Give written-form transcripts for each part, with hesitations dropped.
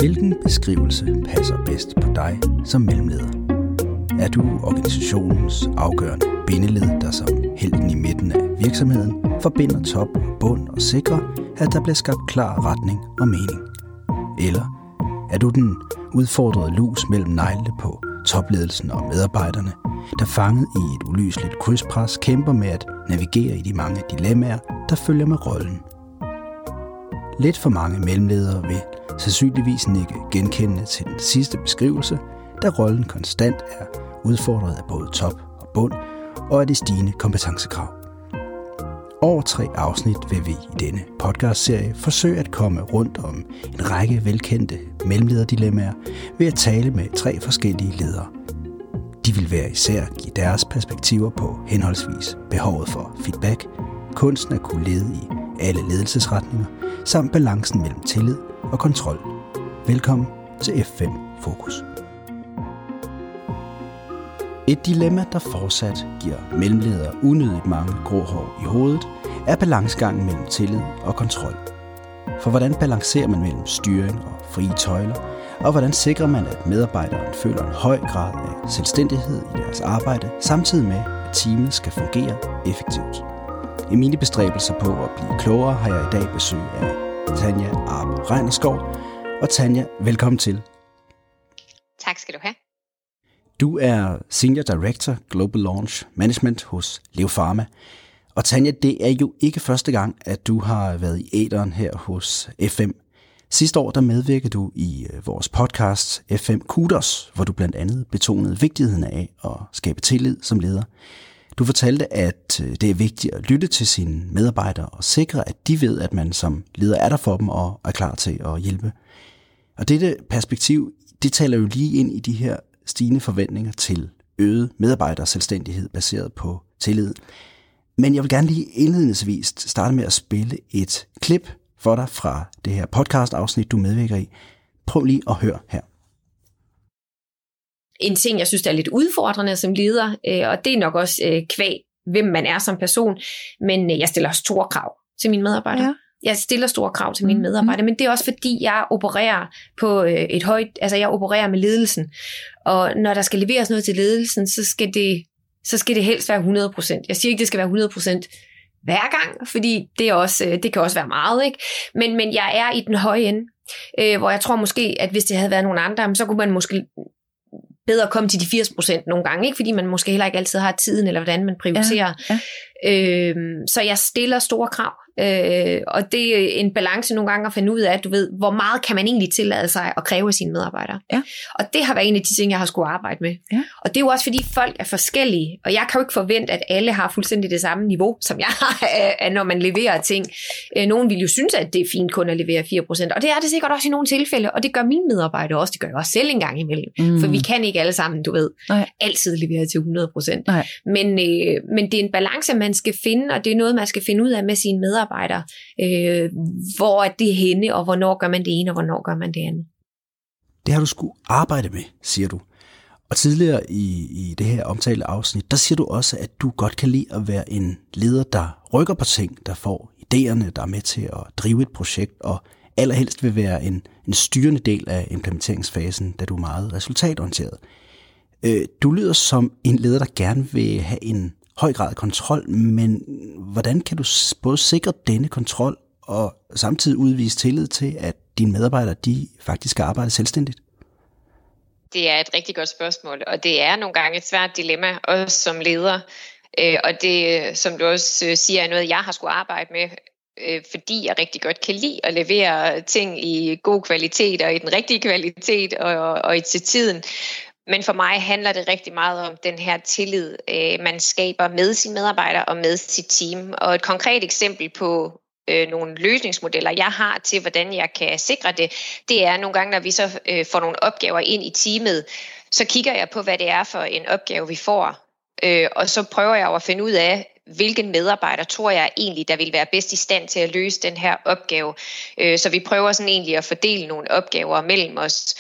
Hvilken beskrivelse passer bedst på dig som mellemleder? Er du organisationens afgørende bindeled, der som helten i midten af virksomheden forbinder top og bund og sikrer, at der bliver skabt klar retning og mening? Eller er du den udfordrede lus mellem neglene på topledelsen og medarbejderne, der fanget i et ulyseligt krydspres kæmper med at navigere i de mange dilemmaer, der følger med rollen? Lidt for mange mellemledere vil sandsynligvis nikke genkendende til den sidste beskrivelse, da rollen konstant er udfordret af både top og bund og af de stigende kompetencekrav. Over 3 afsnit vil vi i denne podcastserie forsøge at komme rundt om en række velkendte mellemlederdilemmaer ved at tale med 3 forskellige ledere. De vil hver især give deres perspektiver på henholdsvis behovet for feedback, kunsten at kunne lede i alle ledelsesretninger, samt balancen mellem tillid og kontrol. Velkommen til F5 Fokus. Et dilemma, der fortsat giver mellemledere unødigt mange grå hår i hovedet, er balancegangen mellem tillid og kontrol. For hvordan balancerer man mellem styring og frie tøjler, og hvordan sikrer man, at medarbejderen føler en høj grad af selvstændighed i deres arbejde, samtidig med, at teamet skal fungere effektivt? I mine bestræbelser på at blive klogere har jeg i dag besøg af Tanja Arp Reinerskov. Og Tanja, velkommen til. Tak skal du have. Du er Senior Director Global Launch Management hos Leo Pharma. Og Tanja, det er jo ikke første gang, at du har været i æteren her hos F5. Sidste år der medvirkede du i vores podcast F5 Kudos, hvor du blandt andet betonede vigtigheden af at skabe tillid som leder. Du fortalte, at det er vigtigt at lytte til sine medarbejdere og sikre, at de ved, at man som leder er der for dem og er klar til at hjælpe. Og dette perspektiv, det taler jo lige ind i de her stigende forventninger til øget medarbejderselvstændighed baseret på tillid. Men jeg vil gerne lige indledningsvis starte med at spille et klip for dig fra det her podcast-afsnit, du medvirker i. Prøv lige at høre her. En ting, jeg synes, der er lidt udfordrende som leder, og det er nok også kvæg, hvem man er som person, men jeg stiller store krav til mine medarbejdere. Ja. Jeg stiller store krav til mine medarbejdere, men det er også fordi, jeg opererer på jeg opererer med ledelsen, og når der skal leveres noget til ledelsen, så skal det helst være 100%. Jeg siger ikke, det skal være 100% hver gang, fordi det kan også være meget, ikke? Men jeg er i den høje ende, hvor jeg tror måske, at hvis det havde været nogle andre, så kunne man måske bedre komme til de 80% nogle gange, ikke? Fordi man måske heller ikke altid har tiden, eller hvordan man prioriterer. Ja. Så jeg stiller store krav, og det er en balance nogle gange at finde ud af, at du ved, hvor meget kan man egentlig tillade sig at kræve af sine medarbejdere. Ja. Og det har været en af de ting, jeg har skulle arbejde med. Ja. Og det er jo også fordi folk er forskellige, og jeg kan jo ikke forvente, at alle har fuldstændig det samme niveau, som jeg har, når man leverer ting. Nogen vil jo synes, at det er fint kun at levere 4%, og det er det sikkert også i nogle tilfælde, og det gør mine medarbejdere også, det gør jeg også selv en gang imellem, for vi kan ikke alle sammen, du ved, altid levere til 100%. Men det er en balance, man skal finde, og det er noget, man skal finde ud af med sine medarbejdere, hvor er det henne, og hvornår gør man det ene, og hvornår gør man det andet. Det har du sgu arbejde med, siger du. Og tidligere i det her omtalte afsnit, der siger du også, at du godt kan lide at være en leder, der rykker på ting, der får idéerne, der er med til at drive et projekt, og allerhelst vil være en styrende del af implementeringsfasen, da du er meget resultatorienteret. Du lyder som en leder, der gerne vil have en høj grad af kontrol, men hvordan kan du både sikre denne kontrol og samtidig udvise tillid til, at dine medarbejdere de faktisk skal arbejde selvstændigt? Det er et rigtig godt spørgsmål, og det er nogle gange et svært dilemma, også som leder. Og det, som du også siger, er noget, jeg har skulle arbejde med, fordi jeg rigtig godt kan lide at levere ting i god kvalitet og i den rigtige kvalitet og til tiden. Men for mig handler det rigtig meget om den her tillid, man skaber med sine medarbejdere og med sit team. Og et konkret eksempel på nogle løsningsmodeller, jeg har til, hvordan jeg kan sikre det, det er nogle gange, når vi så får nogle opgaver ind i teamet, så kigger jeg på, hvad det er for en opgave, vi får. Og så prøver jeg at finde ud af, hvilken medarbejder tror jeg egentlig, der vil være bedst i stand til at løse den her opgave. Så vi prøver sådan egentlig at fordele nogle opgaver mellem os.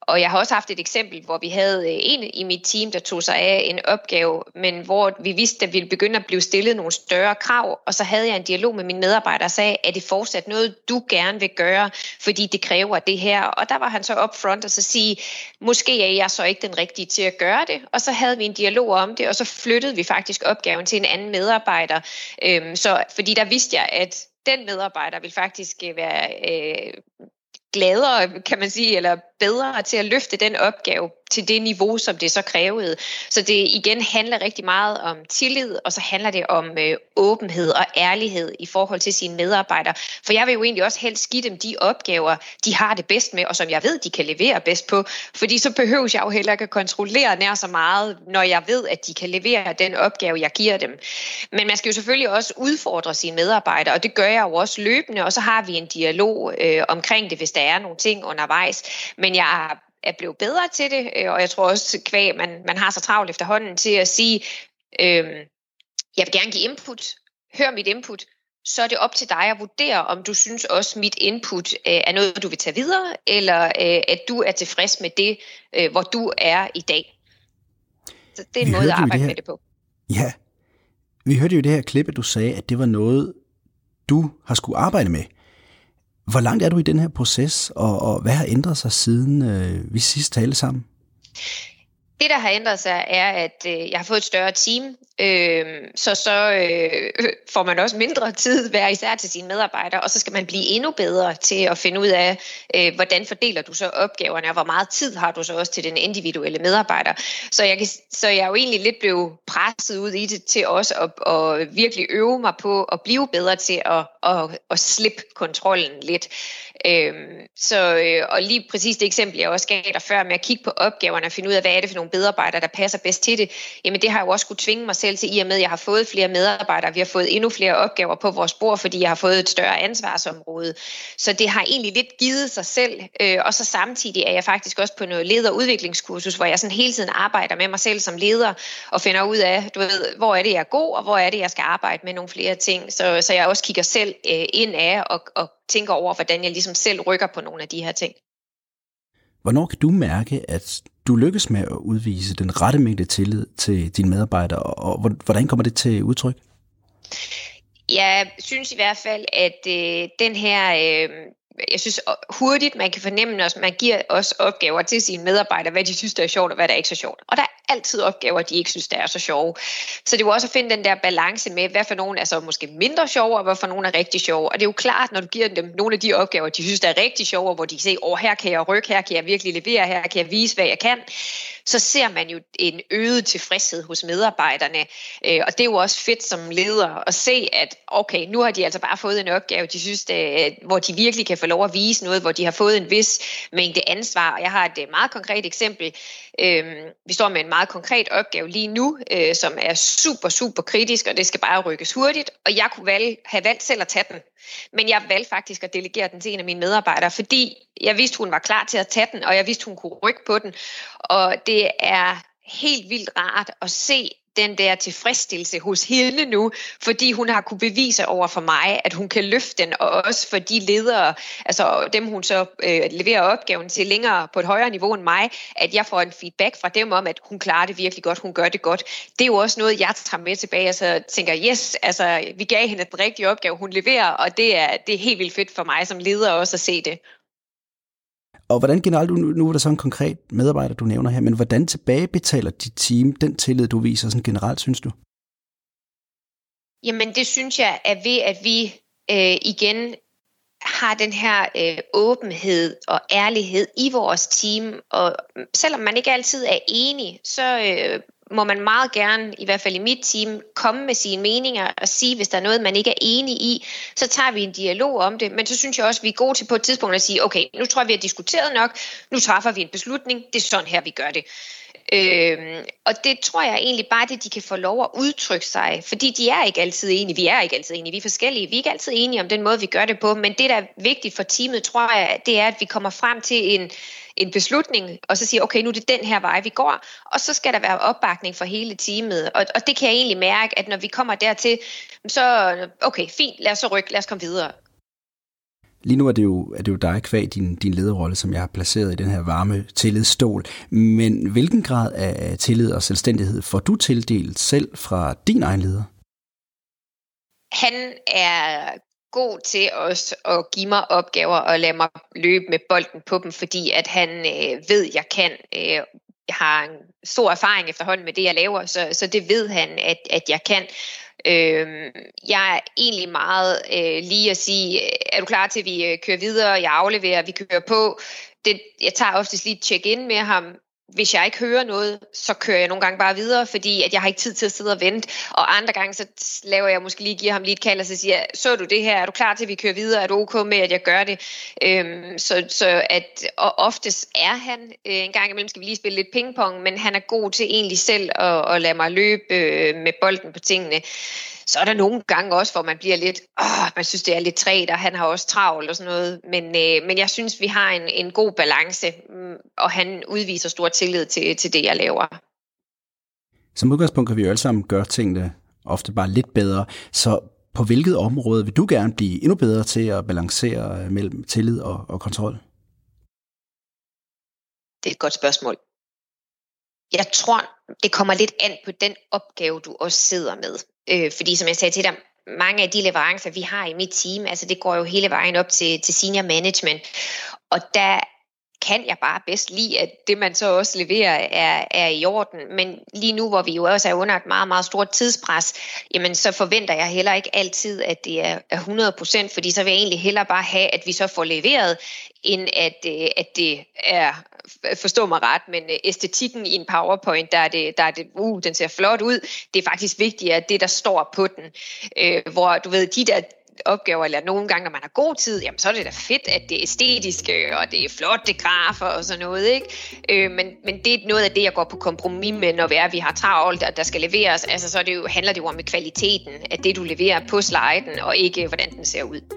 Og jeg har også haft et eksempel, hvor vi havde en i mit team, der tog sig af en opgave, men hvor vi vidste, at vi ville begynde at blive stillet nogle større krav, og så havde jeg en dialog med mine medarbejdere og sagde, er det fortsat noget, du gerne vil gøre, fordi det kræver det her? Og der var han så upfront og så sige, måske er jeg så ikke den rigtige til at gøre det, og så havde vi en dialog om det, og så flyttede vi faktisk opgaven til en anden medarbejder, fordi der vidste jeg, at den medarbejder vil faktisk være gladere, kan man sige, eller bedre til at løfte den opgave til det niveau, som det så krævede. Så det igen handler rigtig meget om tillid, og så handler det om åbenhed og ærlighed i forhold til sine medarbejdere. For jeg vil jo egentlig også helst give dem de opgaver, de har det bedst med, og som jeg ved, de kan levere bedst på. Fordi så behøver jeg jo heller ikke at kontrollere nær så meget, når jeg ved, at de kan levere den opgave, jeg giver dem. Men man skal jo selvfølgelig også udfordre sine medarbejdere, og det gør jeg jo også løbende, og så har vi en dialog omkring det, hvis der er nogle ting undervejs. Men jeg er blevet bedre til det, og jeg tror også, kvæg, man har så travlt efterhånden til at sige, jeg vil gerne give input, hør mit input, så er det op til dig at vurdere, om du synes også, mit input er noget, du vil tage videre, eller at du er tilfreds med det, hvor du er i dag. Så det er en måde at arbejde med det på. Ja, vi hørte jo i det her klip, at du sagde, at det var noget, du har skulle arbejde med. Hvor langt er du i den her proces, og hvad har ændret sig siden vi sidst talte sammen? Det, der har ændret sig, er, at jeg har fået et større team, så får man også mindre tid hver især til sine medarbejdere, og så skal man blive endnu bedre til at finde ud af, hvordan fordeler du så opgaverne, og hvor meget tid har du så også til den individuelle medarbejder. Så jeg er jo egentlig lidt blevet presset ud i det til også at virkelig øve mig på at blive bedre til at slippe kontrollen lidt. Og lige præcis det eksempel, jeg også gav dig før med at kigge på opgaverne og finde ud af, hvad er det for nogle medarbejdere, der passer bedst til det, jamen det har jeg jo også skulle tvinge mig selv til, i og med at jeg har fået flere medarbejdere, vi har fået endnu flere opgaver på vores bord, fordi jeg har fået et større ansvarsområde. Så det har egentlig lidt givet sig selv, og så samtidig er jeg faktisk også på noget leder- og udviklingskursus, hvor jeg sådan hele tiden arbejder med mig selv som leder, og finder ud af, hvor er det, jeg er god, og hvor er det, jeg skal arbejde med nogle flere ting. Så jeg også kigger selv ind af og tænker over, hvordan jeg ligesom selv rykker på nogle af de her ting. Hvornår kan du mærke, at du lykkes med at udvise den rette mængde tillid til dine medarbejdere, og hvordan kommer det til udtryk? Jeg synes i hvert fald, at den her... Jeg synes hurtigt, man kan fornemme, når man giver også opgaver til sine medarbejdere, hvad de synes, der er sjovt, og hvad der er ikke så sjovt. Og der er altid opgaver, de ikke synes, der er så sjove. Så det er jo også at finde den der balance med, hvad for nogen er så måske mindre sjove, og hvad for nogen er rigtig sjove. Og det er jo klart, når du giver dem nogle af de opgaver, de synes, der er rigtig sjove, hvor de kan se, her kan jeg rykke, her kan jeg virkelig levere, her kan jeg vise, hvad jeg kan, så ser man jo en øget tilfredshed hos medarbejderne. Og det er jo også fedt som leder at se, at okay, nu har de altså bare fået en opgave, de synes, hvor de virkelig kan få lov at vise noget, hvor de har fået en vis mængde ansvar. Og jeg har et meget konkret eksempel. Vi står med en meget konkret opgave lige nu, som er super, super kritisk, og det skal bare rykkes hurtigt. Og jeg kunne have valgt selv at tage den. Men jeg valgte faktisk at delegere den til en af mine medarbejdere, fordi jeg vidste, hun var klar til at tage den, og jeg vidste, hun kunne rykke på den. Og det er helt vildt rart at se den der tilfredsstillelse hos hende nu, fordi hun har kunne bevise over for mig, at hun kan løfte den, og også for de ledere, altså dem hun så leverer opgaven til længere på et højere niveau end mig, at jeg får en feedback fra dem om, at hun klarer det virkelig godt, hun gør det godt. Det er jo også noget, jeg tager med tilbage, og så tænker, yes, altså vi gav hende den rigtige opgave, hun leverer, og det er helt vildt fedt for mig som leder også at se det. Og hvordan generelt, nu er der så en konkret medarbejder, du nævner her, men hvordan tilbagebetaler dit team den tillid, du viser sådan generelt, synes du? Jamen det synes jeg er ved, at vi igen har den her åbenhed og ærlighed i vores team, og selvom man ikke altid er enig, så må man meget gerne, i hvert fald i mit team, komme med sine meninger og sige, hvis der er noget, man ikke er enig i, så tager vi en dialog om det. Men så synes jeg også, vi er gode til på et tidspunkt at sige, okay, nu tror jeg, vi har diskuteret nok, nu træffer vi en beslutning, det er sådan her, vi gør det. Og det tror jeg egentlig bare, det de kan få lov at udtrykke sig, fordi de er ikke altid enige, vi er ikke altid enige, vi er forskellige, vi er ikke altid enige om den måde, vi gør det på, men det, der er vigtigt for teamet, tror jeg, det er, at vi kommer frem til en beslutning, og så siger, okay, nu er det den her vej, vi går, og så skal der være opbakning for hele teamet, og det kan jeg egentlig mærke, at når vi kommer dertil, så okay, fint, lad os så rykke, lad os komme videre. Lige nu er det jo dig kvad din lederrolle, som jeg har placeret i den her varme tillidsstol. Men hvilken grad af tillid og selvstændighed får du tildelt selv fra din egen leder? Han er god til også at give mig opgaver og lade mig løbe med bolden på dem, fordi at han ved, jeg kan. Jeg har en stor erfaring efterhånden med det, jeg laver, så det ved han, at jeg kan. Jeg er egentlig meget lige at sige, er du klar til, at vi kører videre, jeg afleverer, vi kører på. Jeg tager oftest lige et check-in med ham. Hvis jeg ikke hører noget, så kører jeg nogle gange bare videre, fordi at jeg har ikke tid til at sidde og vente. Og andre gange, så laver jeg måske lige, giver ham lige et kald, og så siger jeg, så du det her? Er du klar til, at vi kører videre? Er du okay med, at jeg gør det? Og oftest er han, en gang imellem skal vi lige spille lidt pingpong, men han er god til egentlig selv at lade mig løbe med bolden på tingene. Så er der nogle gange også, hvor man bliver lidt, man synes, det er lidt træt, og han har også travlt og sådan noget. Men jeg synes, vi har en god balance, og han udviser stor tillid til det, jeg laver. Som udgangspunkt kan vi jo alle sammen gøre tingene ofte bare lidt bedre. Så på hvilket område vil du gerne blive endnu bedre til at balancere mellem tillid og kontrol? Det er et godt spørgsmål. Jeg tror, det kommer lidt an på den opgave, du også sidder med. Fordi som jeg sagde til dig, mange af de leverancer, vi har i mit team, altså det går jo hele vejen op til senior management. Og der kan jeg bare bedst lide, at det man så også leverer er i orden. Men lige nu, hvor vi jo også er under et meget, meget stort tidspres, jamen så forventer jeg heller ikke altid, at det er 100%, fordi så vil jeg egentlig hellere bare have, at vi så får leveret, end at det er, forstå mig ret, men æstetikken i en PowerPoint, der er det, den ser flot ud. Det er faktisk vigtigere, at det, der står på den. Hvor du ved, de der opgaver, eller nogle gange, når man har god tid, jamen så er det da fedt, at det er æstetiske, og det er flotte grafer og sådan noget, ikke? Men det er noget af det, jeg går på kompromis med, når vi har travlt, og der skal leveres. Altså så handler det jo om kvaliteten af det, du leverer på sliden, og ikke hvordan den ser ud.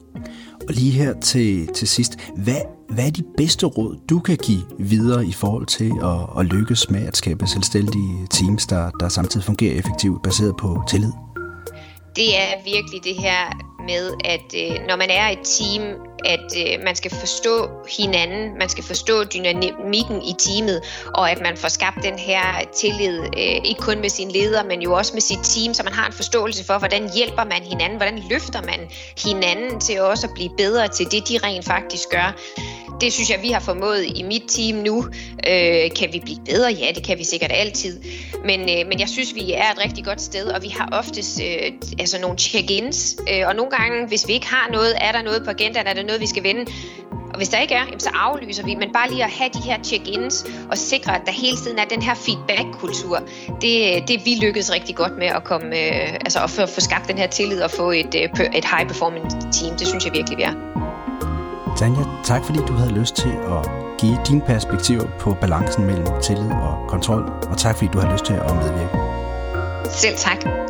Og lige her til sidst, hvad er de bedste råd, du kan give videre i forhold til at lykkes med at skabe selvstændige teams, der samtidig fungerer effektivt, baseret på tillid? Det er virkelig det her med, at når man er et team, at man skal forstå hinanden, man skal forstå dynamikken i teamet, og at man får skabt den her tillid, ikke kun med sin leder, men jo også med sit team, så man har en forståelse for, hvordan hjælper man hinanden, hvordan løfter man hinanden til også at blive bedre til det, de rent faktisk gør. Det synes jeg, vi har formået i mit team nu. Kan vi blive bedre? Ja, det kan vi sikkert altid. Men jeg synes, vi er et rigtig godt sted, og vi har oftest nogle check-ins. Og nogle gange, hvis vi ikke har noget, er der noget på agendaen, er der noget, vi skal vende. Og hvis der ikke er, så aflyser vi. Men bare lige at have de her check-ins og sikre, at der hele tiden er den her feedback-kultur, det vi lykkedes rigtig godt med at komme, at få skabt den her tillid og få et high-performance team. Det synes jeg virkelig, vi er. Tanja, tak fordi du havde lyst til at give dine perspektiver på balancen mellem tillid og kontrol, og tak fordi du har lyst til at medvirke. Selv tak.